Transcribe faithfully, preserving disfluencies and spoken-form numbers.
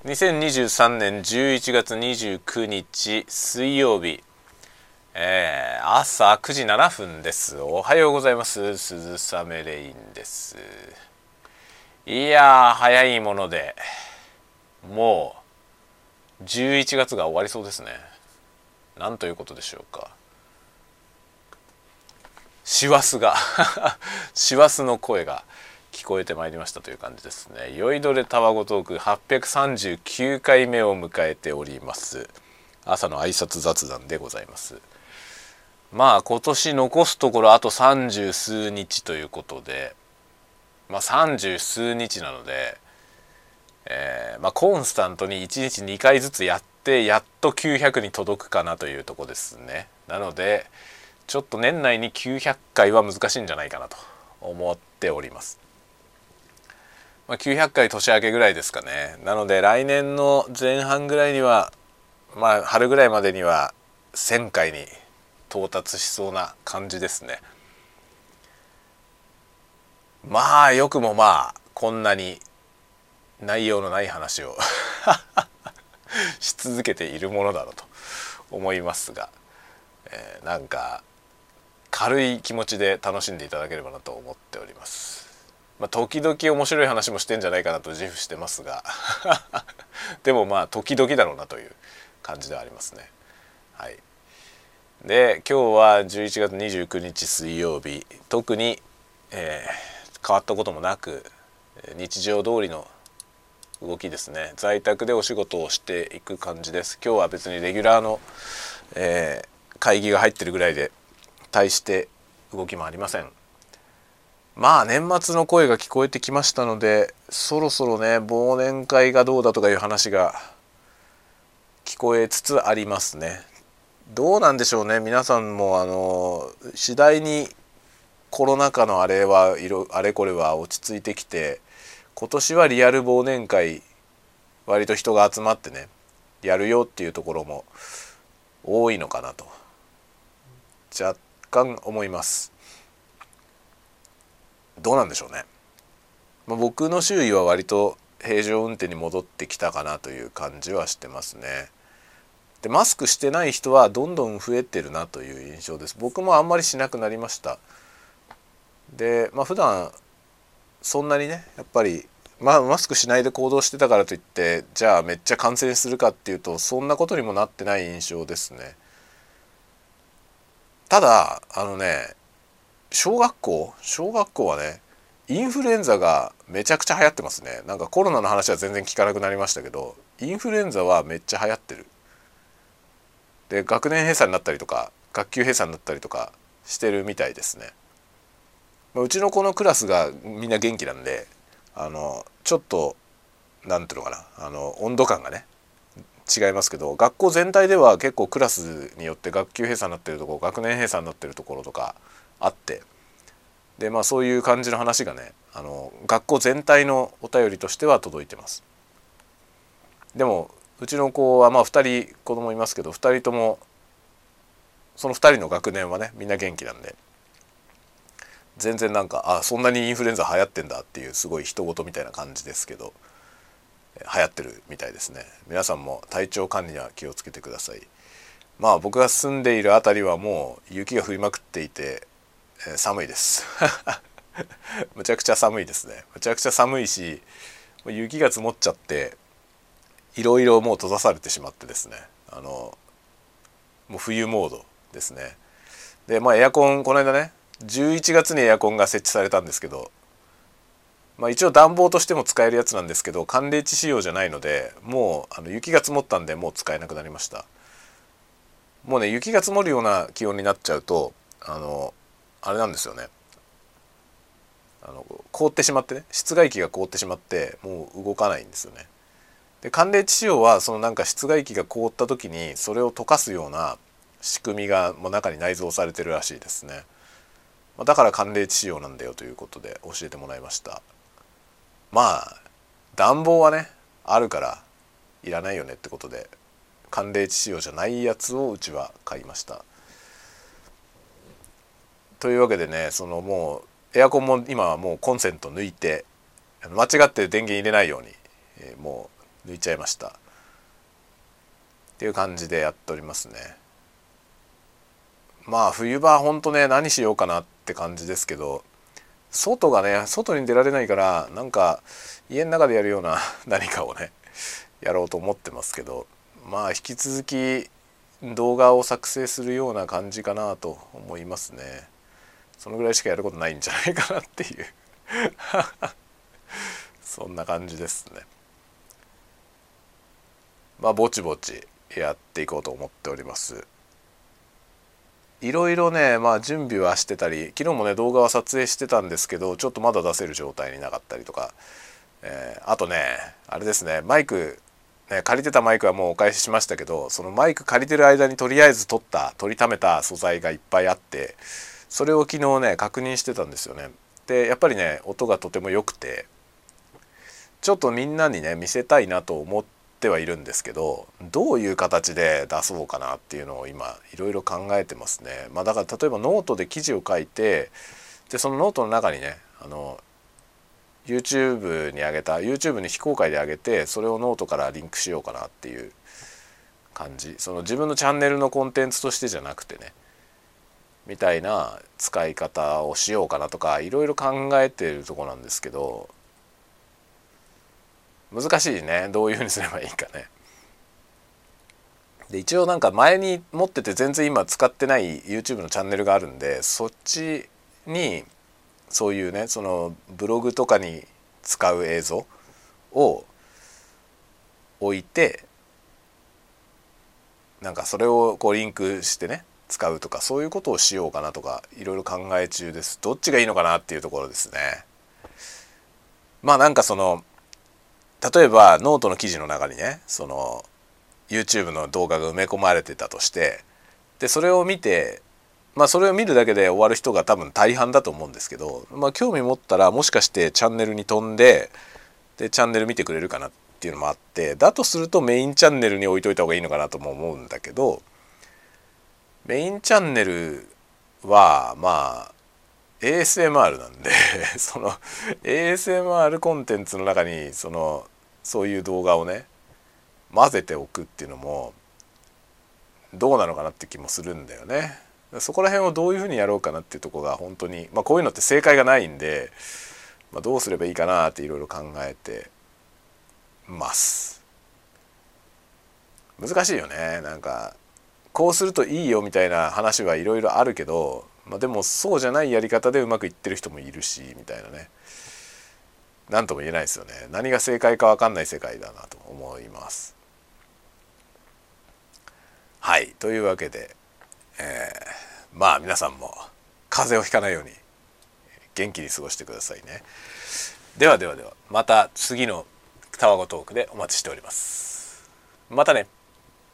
にせんにじゅうさんねんじゅういちがつにじゅうくにち水曜日、えー、朝くじななふんです。おはようございます。鈴雨レインです。いやー早いものでもうじゅういちがつが終わりそうですね。なんということでしょうか。師走が師走の声が聞こえてまいりましたという感じですね。酔いどれたわごトークはっぴゃくさんじゅうきゅうかいめを迎えております。朝の挨拶雑談でございます。まあ今年残すところあと三十数日ということで、まあ三十数日なので、えー、まあコンスタントにいちにちにかいずつやってやっときゅうひゃくに届くかなというところですね。なのでちょっと年内にきゅうひゃっかいは難しいんじゃないかなと思っております。まあ、きゅうひゃっかい年明けぐらいですかね。なので来年の前半ぐらいには、まあ春ぐらいまでにはせんかいに到達しそうな感じですね。まあよくもまあこんなに内容のない話をし続けているものだろうと思いますが、えー、なんか軽い気持ちで楽しんでいただければなと思っております。まあ、時々面白い話もしてんじゃないかなと自負してますがでもまあ時々だろうなという感じではありますね。はい。で今日はじゅういちがつにじゅうくにち水曜日、特に、えー、変わったこともなく日常通りの動きですね。在宅でお仕事をしていく感じです。今日は別にレギュラーの、えー、会議が入ってるぐらいで大して動きもありません。まあ年末の声が聞こえてきましたので、そろそろね忘年会がどうだとかいう話が聞こえつつありますね。どうなんでしょうね。皆さんもあの次第にコロナ禍のあれはいろあれこれは落ち着いてきて、今年はリアル忘年会割と人が集まってねやるよっていうところも多いのかなと若干思います。どうなんでしょうね。まあ、僕の周囲は割と平常運転に戻ってきたかなという感じはしてますね。でマスクしてない人はどんどん増えてるなという印象です。僕もあんまりしなくなりました。でまあ普段そんなにねやっぱり、まあ、マスクしないで行動してたからといってじゃあめっちゃ感染するかっていうとそんなことにもなってない印象ですね。ただあのね小学校小学校はねインフルエンザがめちゃくちゃ流行ってますね。なんかコロナの話は全然聞かなくなりましたけど、インフルエンザはめっちゃ流行ってる。で学年閉鎖になったりとか学級閉鎖になったりとかしてるみたいですね。うちの子のクラスがみんな元気なんで、あのちょっとなんていうのかな、あの温度感がね違いますけど、学校全体では結構クラスによって学級閉鎖になってるところ学年閉鎖になってるところとかあって、でまあそういう感じの話がねあの学校全体のお便りとしては届いてます。でもうちの子はまあふたり子供いますけど、ふたりともそのふたりの学年はねみんな元気なんで、全然なんかあそんなにインフルエンザ流行ってんだっていうすごい人事みたいな感じですけど、流行ってるみたいですね。皆さんも体調管理には気をつけてください。まあ僕が住んでいる辺りはもう雪が降りまくっていて、えー、寒いですむちゃくちゃ寒いですね。むちゃくちゃ寒いし、雪が積もっちゃっていろいろもう閉ざされてしまってですね、あのもう冬モードですね。でまあエアコンこの間ねじゅういちがつにエアコンが設置されたんですけど、まあ、一応暖房としても使えるやつなんですけど寒冷地仕様じゃないので、もうあの雪が積もったんでもう使えなくなりました。もうね雪が積もるような気温になっちゃうとあのあれなんですよね、あの凍ってしまってね室外機が凍ってしまってもう動かないんですよね。で寒冷地仕様はそのなんか室外機が凍った時にそれを溶かすような仕組みがもう中に内蔵されてるらしいですね。だから寒冷地仕様なんだよということで教えてもらいました。まあ暖房はねあるからいらないよねってことで寒冷地仕様じゃないやつをうちは買いました。というわけでね、そのもうエアコンも今はもうコンセント抜いて間違って電源入れないように、えー、も抜いちゃいましたっていう感じでやっておりますね。まあ冬場ほんとね何しようかなって感じですけど、外がね外に出られないから、なんか家の中でやるような何かをねやろうと思ってますけど、まあ引き続き動画を作成するような感じかなと思いますね。そのぐらいしかやることないんじゃないかなっていうそんな感じですね。まあぼちぼちやっていこうと思っております。いろいろね、まあ準備はしてたり、昨日もね動画は撮影してたんですけど、ちょっとまだ出せる状態になかったりとか、えー、あとねあれですね、マイク、ね、借りてたマイクはもうお返ししましたけど、そのマイク借りてる間にとりあえず撮った撮りためた素材がいっぱいあって、それを昨日ね確認してたんですよね。でやっぱりね音がとても良くて、ちょっとみんなにね見せたいなと思ってはいるんですけど、どういう形で出そうかなっていうのを今いろいろ考えてますね。まあだから例えばノートで記事を書いて、でそのノートの中にねあの YouTube に上げた YouTube に非公開で上げて、それをノートからリンクしようかなっていう感じ。その自分のチャンネルのコンテンツとしてじゃなくてね、みたいな使い方をしようかなとかいろいろ考えているとこなんですけど、難しいね、どういうふうにすればいいかね。で一応なんか前に持ってて全然今使ってない YouTube のチャンネルがあるんで、そっちにそういうねそのブログとかに使う映像を置いて、なんかそれをこうリンクしてね使うとか、そういうことをしようかなとかいろいろ考え中です。どっちがいいのかなっていうところですね。まあなんかその例えばノートの記事の中にねその YouTube の動画が埋め込まれてたとして、でそれを見て、まあそれを見るだけで終わる人が多分大半だと思うんですけど、まあ興味持ったらもしかしてチャンネルに飛んで、でチャンネル見てくれるかなっていうのもあって、だとするとメインチャンネルに置いといた方がいいのかなとも思うんだけど、メインチャンネルはまあ エーエスエムアール なんでその エーエスエムアール コンテンツの中にそのそういう動画をね混ぜておくっていうのもどうなのかなって気もするんだよね。そこら辺をどういうふうにやろうかなっていうところが本当に、まあこういうのって正解がないんで、まあ、どうすればいいかなっていろいろ考えてます。難しいよね。なんかこうするといいよみたいな話はいろいろあるけど、まあ、でもそうじゃないやり方でうまくいってる人もいるしみたいなね、何とも言えないですよね。何が正解か分かんない世界だなと思います。はい、というわけで、えー、まあ皆さんも風邪をひかないように元気に過ごしてくださいね。ではではではまた次のタワゴトークでお待ちしております。またね。